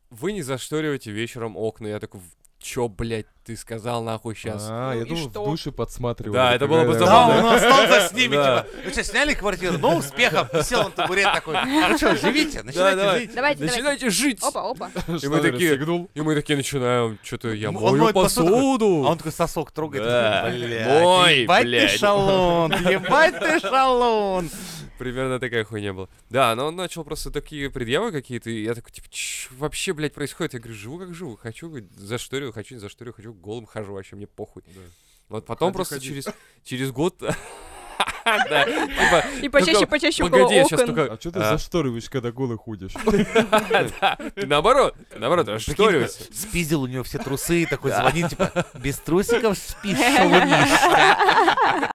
вы не зашториваете вечером окна. Я такой, чё, блядь, ты сказал нахуй сейчас? Я и думал, в что? душе подсматривали. Да, это было бы Какая- забавно. Да, он остался с ними, Да. типа. Ну что, сняли квартиру? Ну, успехом. И сел на табурет такой. Ну что, живите, начинайте давай. жить. Давайте. Начинайте жить! Опа. Что, мы такие- расстегнул? И мы такие начинаем, что-то я Он мою моет посуду, посуду. А он такой сосок трогает. Да. такой, блядь, Мой, ебать блядь. ты шалун, ебать ты шалун. Примерно такая хуйня была. Да, но он начал просто такие предъявы какие-то, и я такой, типа, чё вообще, блядь, происходит? Я говорю, живу как живу, хочу, говорит, зашторю, хочу не зашторю, хочу голым хожу, вообще мне похуй. Да. Вот потом Ходи, просто ходи. через год... Да, типа, И почаще погоди, около я сейчас окон. только... А что ты зашториваешь, когда голый ходишь? Да, наоборот, шторюсь. Спиздил у него все трусы, такой звонит, типа, без трусиков спишь, шалунишка.